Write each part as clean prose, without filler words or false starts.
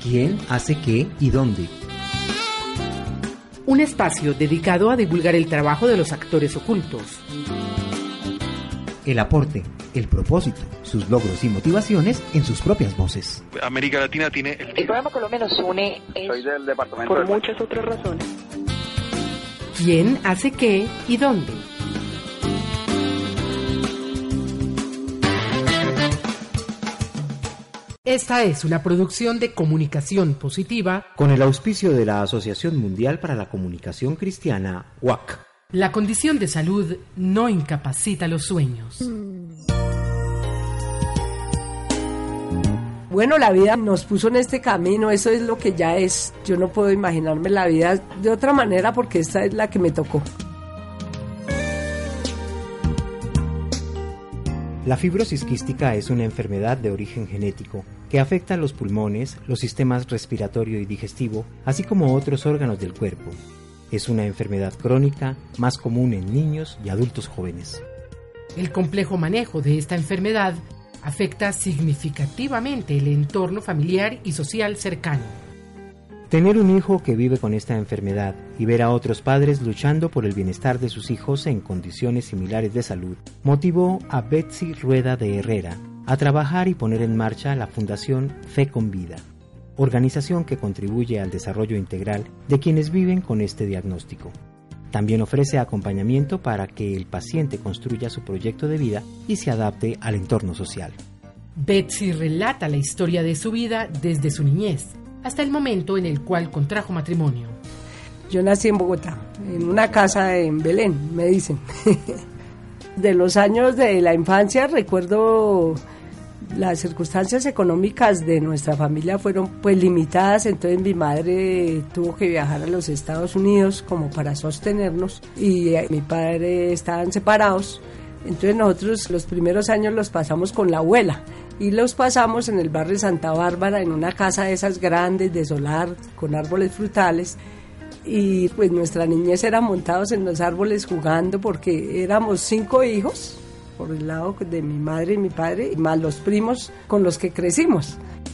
¿Quién hace qué y dónde? Un espacio dedicado a divulgar el trabajo de los actores ocultos. El aporte, el propósito, sus logros y motivaciones en sus propias voces. América Latina tiene el programa Colombia nos une Soy del departamento por muchas otras razones. ¿Quién hace qué y dónde? Esta es una producción de Comunicación Positiva con el auspicio de la Asociación Mundial para la Comunicación Cristiana, UAC. La condición de salud no incapacita los sueños. Bueno, la vida nos puso en este camino, eso es lo que ya es. Yo no puedo imaginarme la vida de otra manera porque esta es la que me tocó. La fibrosis quística es una enfermedad de origen genético que afecta los pulmones, los sistemas respiratorio y digestivo, así como otros órganos del cuerpo. Es una enfermedad crónica más común en niños y adultos jóvenes. El complejo manejo de esta enfermedad afecta significativamente el entorno familiar y social cercano. Tener un hijo que vive con esta enfermedad y ver a otros padres luchando por el bienestar de sus hijos en condiciones similares de salud motivó a Betsy Rueda de Herrera a trabajar y poner en marcha la Fundación Fe con Vida, organización que contribuye al desarrollo integral de quienes viven con este diagnóstico. También ofrece acompañamiento para que el paciente construya su proyecto de vida y se adapte al entorno social. Betsy relata la historia de su vida desde su niñez hasta el momento en el cual contrajo matrimonio. Yo nací en Bogotá, en una casa en Belén, me dicen. De los años de la infancia recuerdo las circunstancias económicas de nuestra familia fueron pues limitadas, entonces mi madre tuvo que viajar a los Estados Unidos como para sostenernos y mi padre estaban separados, entonces nosotros los primeros años los pasamos con la abuela y los pasamos en el barrio Santa Bárbara en una casa de esas grandes de solar con árboles frutales y pues nuestra niñez era montados en los árboles jugando porque éramos 5 hijos por el lado de mi madre y mi padre, más los primos con los que crecimos.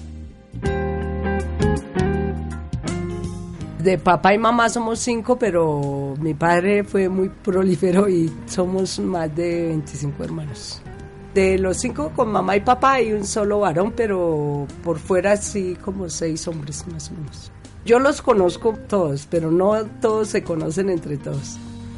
De papá y mamá somos 5, pero mi padre fue muy prolífero y somos más de 25 hermanos. De los 5 con mamá y papá hay un solo varón, pero por fuera sí como 6 hombres más o menos. Yo los conozco todos, pero no todos se conocen entre todos.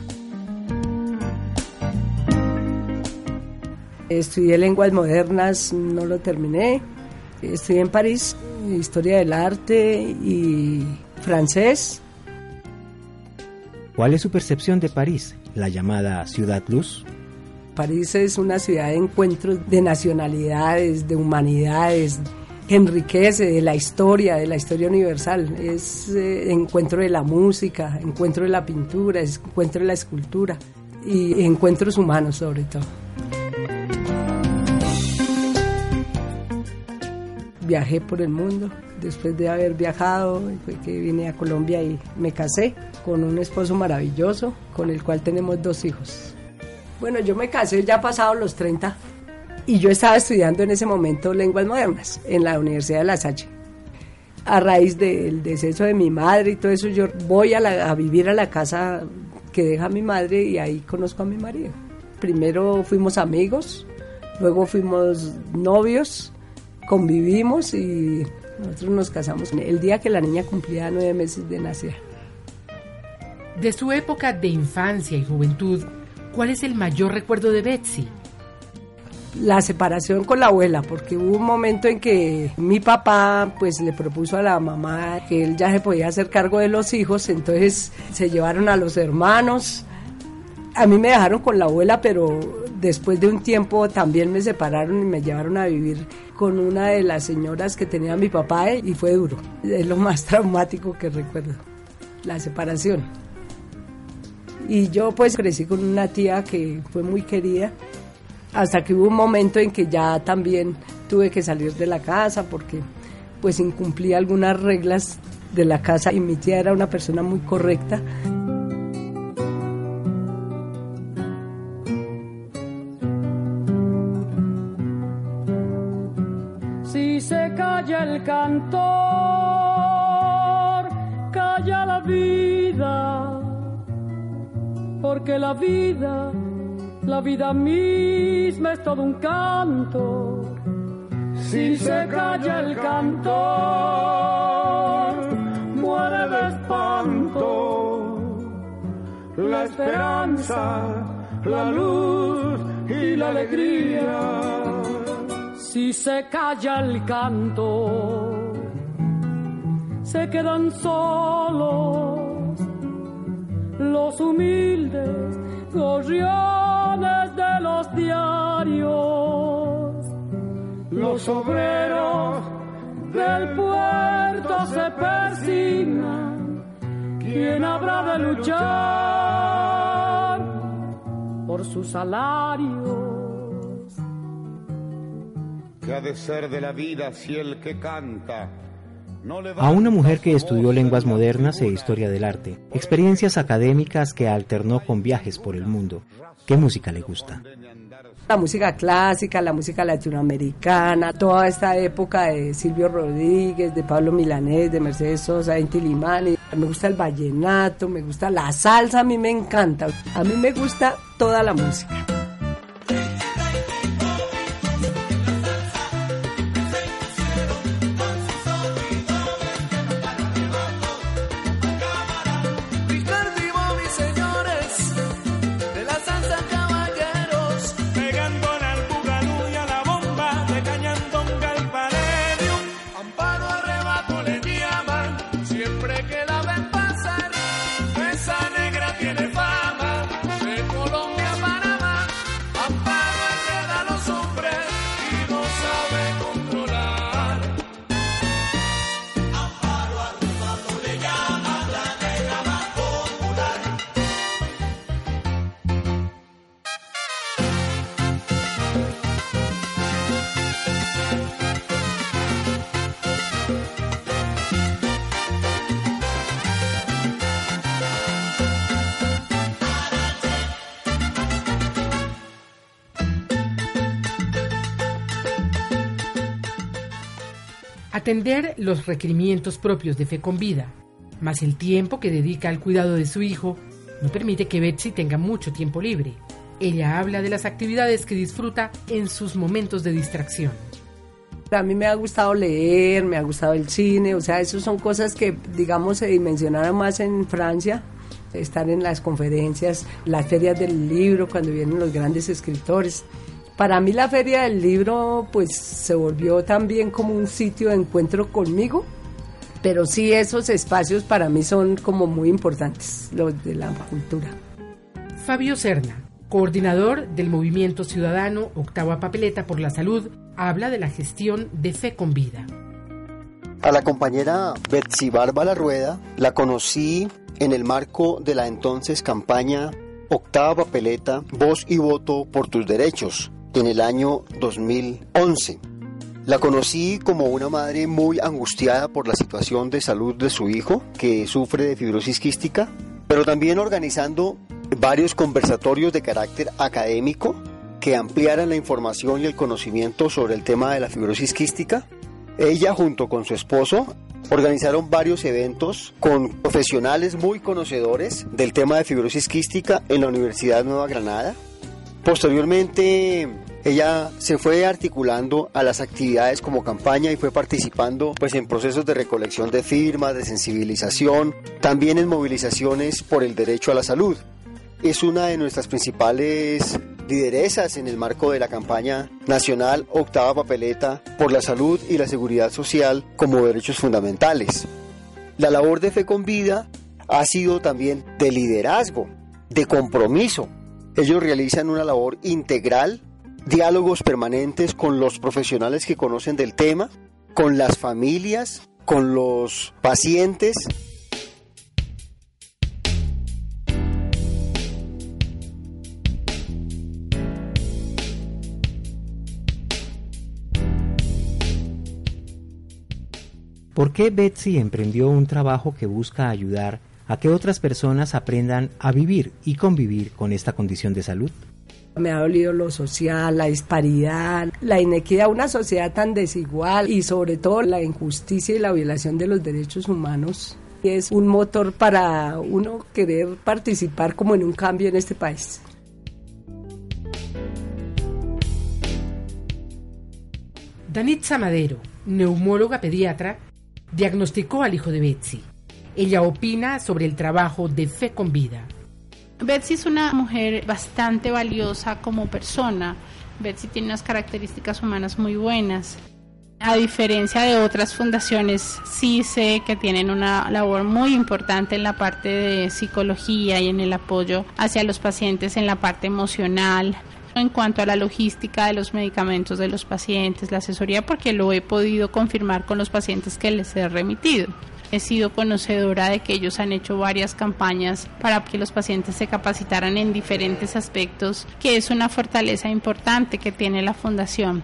Estudié lenguas modernas, no lo terminé. Estudié en París, historia del arte y francés. ¿Cuál es su percepción de París, la llamada Ciudad Luz? París es una ciudad de encuentros de nacionalidades, de humanidades, que enriquece de la historia universal. Es encuentro de la música, encuentro de la pintura, encuentro de la escultura y encuentros humanos sobre todo. Viajé por el mundo, después de haber viajado fue que vine a Colombia y me casé con un esposo maravilloso con el cual tenemos 2 hijos. Bueno, yo me casé ya pasados los 30 y yo estaba estudiando en ese momento lenguas modernas en la Universidad de La Salle. A raíz del deceso de mi madre y todo eso, yo voy a vivir a la casa que deja mi madre y ahí conozco a mi marido. Primero fuimos amigos, luego fuimos novios, convivimos y nosotros nos casamos el día que la niña cumplía 9 meses de nacida. De su época de infancia y juventud, ¿cuál es el mayor recuerdo de Betsy? La separación con la abuela, porque hubo un momento en que mi papá pues le propuso a la mamá que él ya se podía hacer cargo de los hijos, entonces se llevaron a los hermanos. A mí me dejaron con la abuela, pero después de un tiempo también me separaron y me llevaron a vivir con una de las señoras que tenía mi papá y fue duro. Es lo más traumático que recuerdo, la separación. Y yo pues crecí con una tía que fue muy querida, hasta que hubo un momento en que ya también tuve que salir de la casa porque pues incumplía algunas reglas de la casa y mi tía era una persona muy correcta. Si se calla el cantor calla la vida, porque la vida misma es todo un canto. Si se calla el cantor, muere de espanto la esperanza, la luz y la alegría. Si se calla el canto, se quedan solos los humildes gorriones de los diarios. Los obreros del puerto se persignan. ¿Quién habrá de luchar por sus salarios? ¿Qué ha de ser de la vida si el que canta no le va a una mujer que estudió lenguas modernas e historia del arte, experiencias académicas que alternó con viajes por el mundo? ¿Qué música le gusta? La música clásica, la música latinoamericana, toda esta época de Silvio Rodríguez, de Pablo Milanés, de Mercedes Sosa, de Inti Illimani. Me gusta el vallenato, me gusta la salsa, a mí me encanta. A mí me gusta toda la música. Atender los requerimientos propios de Fe con Vida, más el tiempo que dedica al cuidado de su hijo, no permite que Betsy tenga mucho tiempo libre. Ella habla de las actividades que disfruta en sus momentos de distracción. A mí me ha gustado leer, me ha gustado el cine, o sea, esas son cosas que, digamos, se dimensionaron más en Francia. Estar en las conferencias, las ferias del libro, cuando vienen los grandes escritores. Para mí la feria del libro pues se volvió también como un sitio de encuentro conmigo, pero sí esos espacios para mí son como muy importantes, los de la cultura. Fabio Serna, coordinador del Movimiento Ciudadano Octava Papeleta por la Salud, habla de la gestión de Fe con Vida. A la compañera Betsy Barba La Rueda la conocí en el marco de la entonces campaña Octava Papeleta, Voz y Voto por tus Derechos, en el año 2011. La conocí como una madre muy angustiada por la situación de salud de su hijo, que sufre de fibrosis quística, pero también organizando varios conversatorios de carácter académico que ampliaran la información y el conocimiento sobre el tema de la fibrosis quística. Ella, junto con su esposo, organizaron varios eventos con profesionales muy conocedores del tema de fibrosis quística en la Universidad Nueva Granada. Posteriormente, ella se fue articulando a las actividades como campaña y fue participando pues en procesos de recolección de firmas, de sensibilización, también en movilizaciones por el derecho a la salud. Es una de nuestras principales lideresas en el marco de la campaña nacional Octava Papeleta por la salud y la seguridad social como derechos fundamentales. La labor de Fe con Vida ha sido también de liderazgo, de compromiso. Ellos realizan una labor integral, diálogos permanentes con los profesionales que conocen del tema, con las familias, con los pacientes. ¿Por qué Betsy emprendió un trabajo que busca ayudar a que otras personas aprendan a vivir y convivir con esta condición de salud? Me ha dolido lo social, la disparidad, la inequidad, una sociedad tan desigual y sobre todo la injusticia y la violación de los derechos humanos Es un motor para uno querer participar como en un cambio en este país. Danitza Madero, neumóloga pediatra, diagnosticó al hijo de Betsy. Ella opina sobre el trabajo de Fe con Vida. Betsy es una mujer bastante valiosa como persona. Betsy tiene unas características humanas muy buenas. A diferencia de otras fundaciones, sí sé que tienen una labor muy importante en la parte de psicología y en el apoyo hacia los pacientes en la parte emocional. En cuanto a la logística de los medicamentos de los pacientes, la asesoría, porque lo he podido confirmar con los pacientes que les he remitido. He sido conocedora de que ellos han hecho varias campañas para que los pacientes se capacitaran en diferentes aspectos, que es una fortaleza importante que tiene la fundación.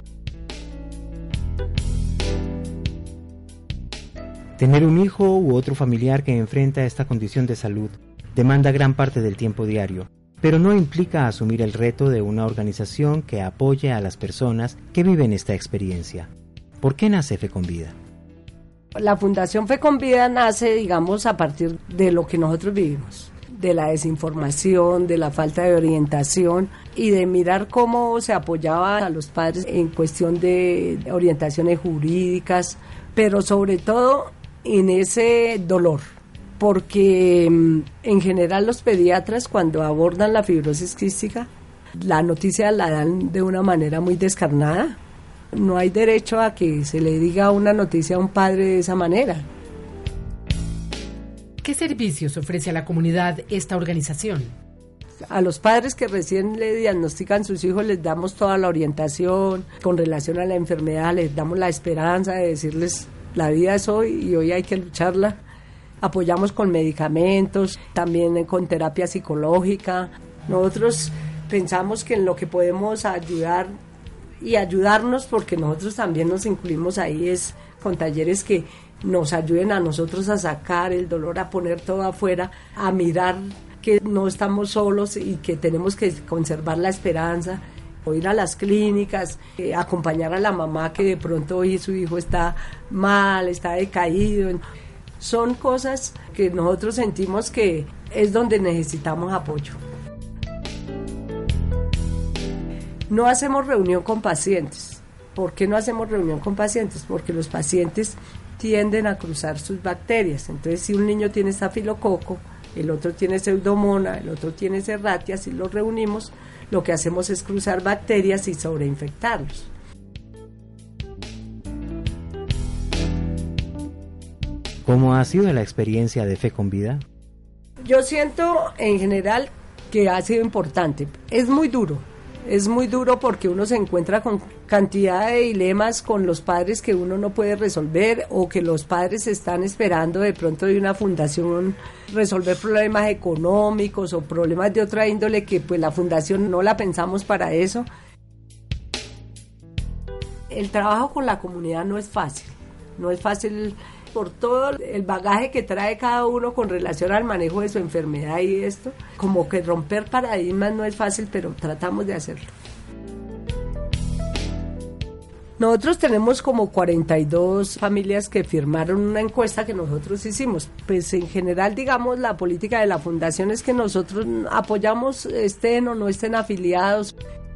Tener un hijo u otro familiar que enfrenta esta condición de salud demanda gran parte del tiempo diario, pero no implica asumir el reto de una organización que apoye a las personas que viven esta experiencia. ¿Por qué nace Fe con Vida? La Fundación Fe con Vida nace, digamos, a partir de lo que nosotros vivimos, de la desinformación, de la falta de orientación y de mirar cómo se apoyaba a los padres en cuestión de orientaciones jurídicas, pero sobre todo en ese dolor. Porque en general los pediatras cuando abordan la fibrosis quística, la noticia la dan de una manera muy descarnada. No hay derecho a que se le diga una noticia a un padre de esa manera. ¿Qué servicios ofrece a la comunidad esta organización? A los padres que recién le diagnostican sus hijos les damos toda la orientación con relación a la enfermedad, les damos la esperanza de decirles la vida es hoy y hoy hay que lucharla. Apoyamos con medicamentos, también con terapia psicológica. Nosotros pensamos que en lo que podemos ayudar y ayudarnos, porque nosotros también nos incluimos ahí, es con talleres que nos ayuden a nosotros a sacar el dolor, a poner todo afuera, a mirar que no estamos solos y que tenemos que conservar la esperanza, o ir a las clínicas, acompañar a la mamá que de pronto hoy su hijo está mal, está decaído. Son cosas que nosotros sentimos que es donde necesitamos apoyo. No hacemos reunión con pacientes. ¿Por qué no hacemos reunión con pacientes? Porque los pacientes tienden a cruzar sus bacterias. Entonces, si un niño tiene estafilococo, el otro tiene pseudomonas, el otro tiene serratia, si los reunimos, lo que hacemos es cruzar bacterias y sobreinfectarlos. ¿Cómo ha sido la experiencia de Fe con Vida? Yo siento en general que ha sido importante. Es muy duro porque uno se encuentra con cantidad de dilemas con los padres que uno no puede resolver o que los padres están esperando de pronto de una fundación resolver problemas económicos o problemas de otra índole que pues la fundación no la pensamos para eso. El trabajo con la comunidad no es fácil por todo el bagaje que trae cada uno con relación al manejo de su enfermedad y esto, como que romper paradigmas no es fácil, pero tratamos de hacerlo. Nosotros tenemos como 42 familias que firmaron una encuesta que nosotros hicimos. Pues en general, digamos, la política de la fundación es que nosotros apoyamos, estén o no estén afiliados.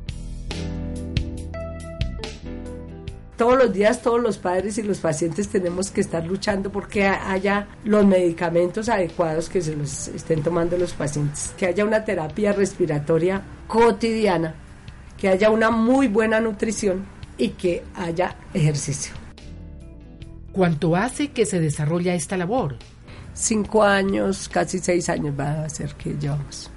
Todos los días, todos los padres y los pacientes tenemos que estar luchando porque haya los medicamentos adecuados que se los estén tomando los pacientes, que haya una terapia respiratoria cotidiana, que haya una muy buena nutrición y que haya ejercicio. ¿Cuánto hace que se desarrolla esta labor? 5 años, casi 6 años va a ser que llevamos.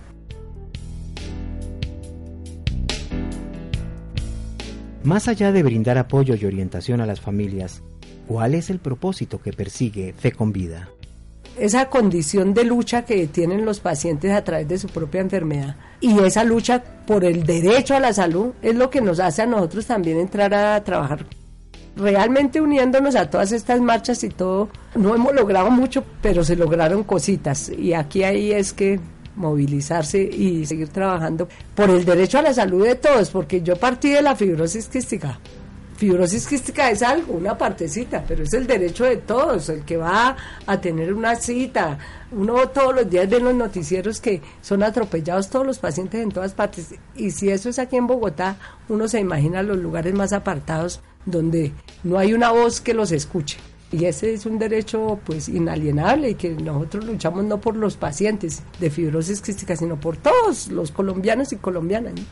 Más allá de brindar apoyo y orientación a las familias, ¿cuál es el propósito que persigue Fe con Vida? Esa condición de lucha que tienen los pacientes a través de su propia enfermedad y esa lucha por el derecho a la salud es lo que nos hace a nosotros también entrar a trabajar. Realmente uniéndonos a todas estas marchas y todo, no hemos logrado mucho, pero se lograron cositas y aquí ahí es que movilizarse y seguir trabajando por el derecho a la salud de todos, porque yo partí de la fibrosis quística Fibrosis quística es algo, una partecita, pero es el derecho de todos, el que va a tener una cita. Uno todos los días ve en los noticieros que son atropellados todos los pacientes en todas partes, y si eso es aquí en Bogotá, uno se imagina los lugares más apartados donde no hay una voz que los escuche. Y ese es un derecho pues inalienable, y que nosotros luchamos no por los pacientes de fibrosis quística, sino por todos los colombianos y colombianas, ¿no?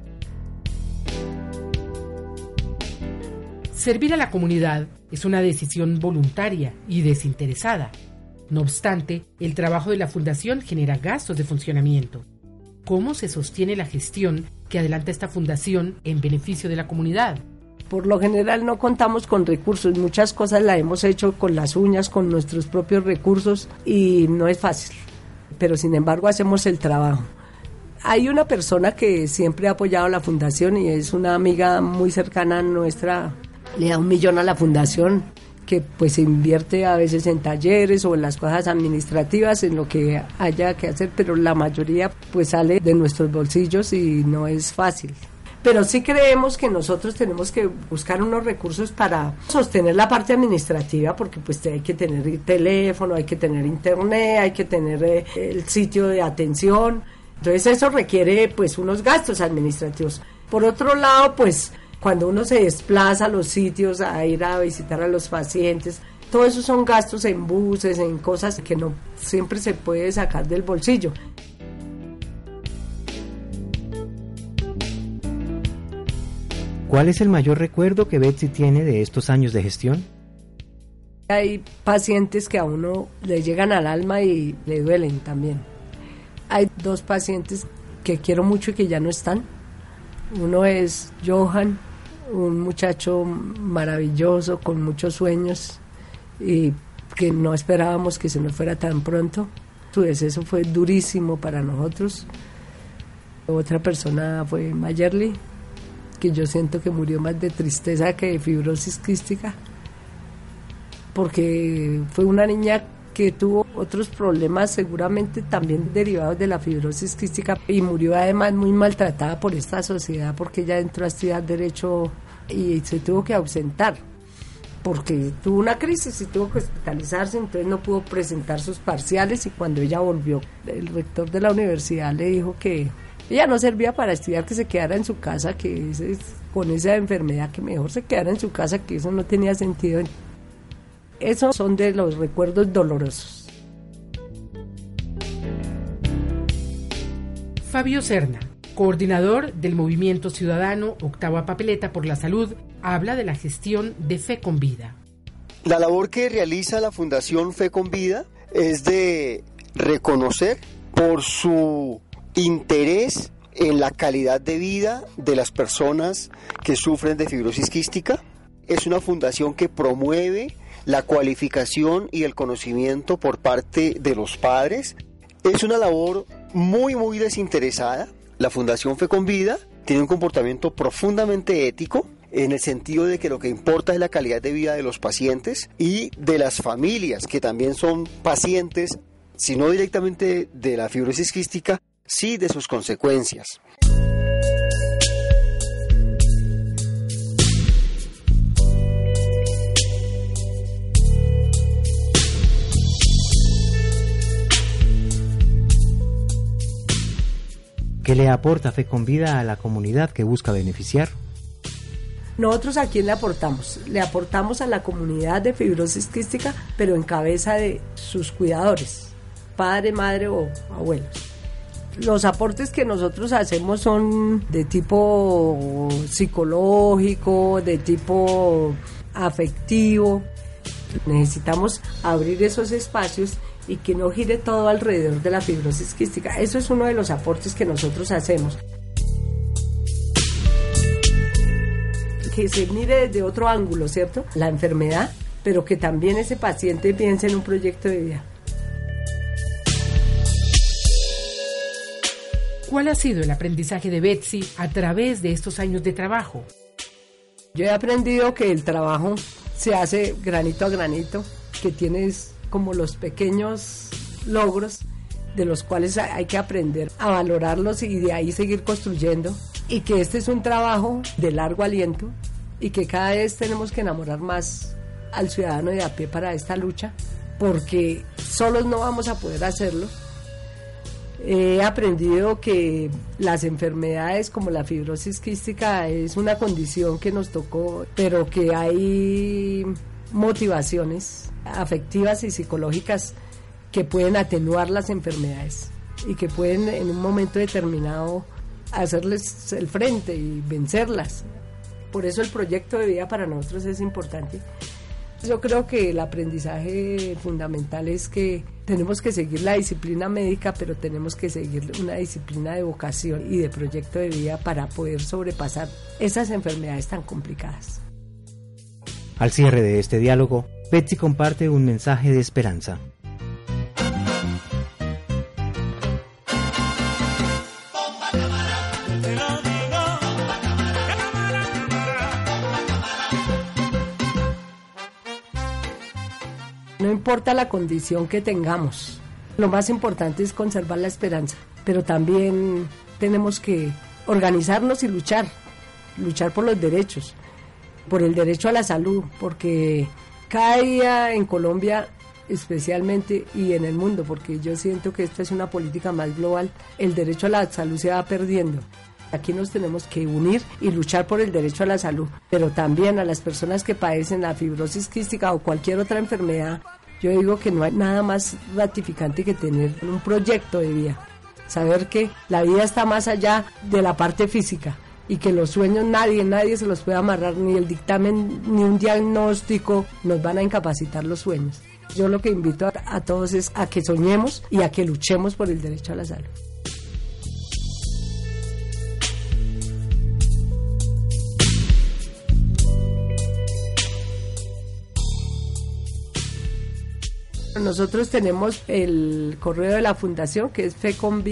Servir a la comunidad es una decisión voluntaria y desinteresada. No obstante, el trabajo de la fundación genera gastos de funcionamiento. ¿Cómo se sostiene la gestión que adelanta esta fundación en beneficio de la comunidad? Por lo general no contamos con recursos, muchas cosas las hemos hecho con las uñas, con nuestros propios recursos, y no es fácil, pero sin embargo hacemos el trabajo. Hay una persona que siempre ha apoyado a la fundación y es una amiga muy cercana nuestra, le da 1 millón a la fundación, que pues se invierte a veces en talleres o en las cosas administrativas, en lo que haya que hacer, pero la mayoría pues sale de nuestros bolsillos y no es fácil. Pero sí creemos que nosotros tenemos que buscar unos recursos para sostener la parte administrativa, porque pues hay que tener teléfono, hay que tener internet, hay que tener el sitio de atención. Entonces eso requiere pues unos gastos administrativos. Por otro lado, pues cuando uno se desplaza a los sitios a ir a visitar a los pacientes, todo eso son gastos en buses, en cosas que no siempre se puede sacar del bolsillo. ¿Cuál es el mayor recuerdo que Betsy tiene de estos años de gestión? Hay pacientes que a uno le llegan al alma y le duelen también. Hay 2 pacientes que quiero mucho y que ya no están. Uno es Johan, un muchacho maravilloso, con muchos sueños, y que no esperábamos que se nos fuera tan pronto. Su deceso fue durísimo para nosotros. Otra persona fue Mayerly, que yo siento que murió más de tristeza que de fibrosis quística, porque fue una niña que tuvo otros problemas seguramente también derivados de la fibrosis quística, y murió además muy maltratada por esta sociedad, porque ella entró a estudiar Derecho y se tuvo que ausentar porque tuvo una crisis y tuvo que hospitalizarse, entonces no pudo presentar sus parciales, y cuando ella volvió, el rector de la universidad le dijo que ella no servía para estudiar, que se quedara en su casa, que con esa enfermedad que mejor se quedara en su casa, que eso no tenía sentido. Esos son de los recuerdos dolorosos. Fabio Serna, coordinador del Movimiento Ciudadano Octava Papeleta por la Salud, habla de la gestión de Fe con Vida. La labor que realiza la Fundación Fe con Vida es de reconocer por su interés en la calidad de vida de las personas que sufren de fibrosis quística. Es una fundación que promueve la cualificación y el conocimiento por parte de los padres. Es una labor muy desinteresada. La Fundación Fe con Vida tiene un comportamiento profundamente ético, en el sentido de que lo que importa es la calidad de vida de los pacientes y de las familias, que también son pacientes, si no directamente de la fibrosis quística, sí de sus consecuencias. ¿Qué le aporta Fe con Vida a la comunidad que busca beneficiar? Nosotros ¿a quién le aportamos? Le aportamos a la comunidad de fibrosis quística, pero en cabeza de sus cuidadores, padre, madre o abuelos. Los aportes que nosotros hacemos son de tipo psicológico, de tipo afectivo. Necesitamos abrir esos espacios y que no gire todo alrededor de la fibrosis quística. Eso es uno de los aportes que nosotros hacemos. Que se mire desde otro ángulo, ¿cierto? La enfermedad, pero que también ese paciente piense en un proyecto de vida. ¿Cuál ha sido el aprendizaje de Betsy a través de estos años de trabajo? Yo he aprendido que el trabajo se hace granito a granito, que tienes como los pequeños logros de los cuales hay que aprender a valorarlos y de ahí seguir construyendo, y que este es un trabajo de largo aliento, y que cada vez tenemos que enamorar más al ciudadano de a pie para esta lucha, porque solos no vamos a poder hacerlo. He aprendido que las enfermedades como la fibrosis quística es una condición que nos tocó, pero que hay motivaciones afectivas y psicológicas que pueden atenuar las enfermedades y que pueden en un momento determinado hacerles el frente y vencerlas. Por eso el proyecto de vida para nosotros es importante. Yo creo que el aprendizaje fundamental es que tenemos que seguir la disciplina médica, pero tenemos que seguir una disciplina de vocación y de proyecto de vida para poder sobrepasar esas enfermedades tan complicadas. Al cierre de este diálogo, Betsy comparte un mensaje de esperanza. No importa la condición que tengamos, lo más importante es conservar la esperanza, pero también tenemos que organizarnos y luchar por los derechos, por el derecho a la salud, porque cada día en Colombia especialmente y en el mundo, porque yo siento que esta es una política más global, el derecho a la salud se va perdiendo. Aquí nos tenemos que unir y luchar por el derecho a la salud, pero también a las personas que padecen la fibrosis quística o cualquier otra enfermedad. Yo digo que no hay nada más gratificante que tener un proyecto de vida, saber que la vida está más allá de la parte física y que los sueños nadie se los puede amarrar, ni el dictamen ni un diagnóstico nos van a incapacitar los sueños. Yo lo que invito a todos es a que soñemos y a que luchemos por el derecho a la salud. Nosotros tenemos el correo de la fundación que es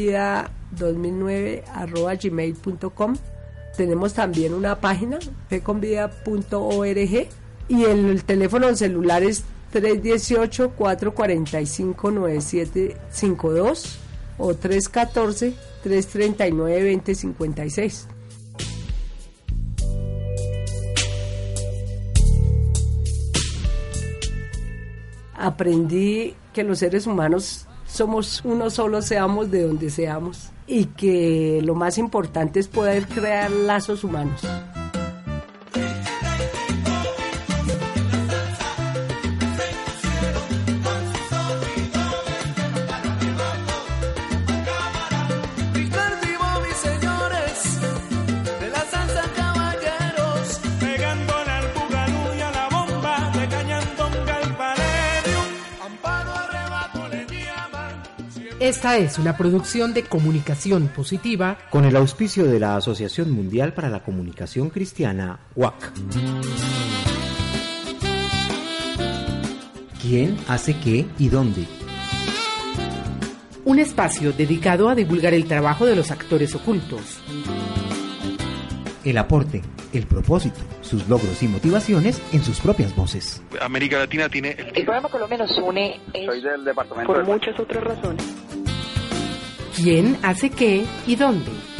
feconvida2009@gmail.com. Tenemos también una página feconvida.org y el teléfono celular es 318-445-9752 o 314-339-2056. Aprendí que los seres humanos somos uno solo, seamos de donde seamos, y que lo más importante es poder crear lazos humanos. Esta es una producción de Comunicación Positiva con el auspicio de la Asociación Mundial para la Comunicación Cristiana, WAC. ¿Quién hace qué y dónde? Un espacio dedicado a divulgar el trabajo de los actores ocultos. El aporte, el propósito, sus logros y motivaciones en sus propias voces. América Latina tiene... El programa Colombia nos une Soy del departamento por muchas otras razones. ¿Quién hace qué y dónde?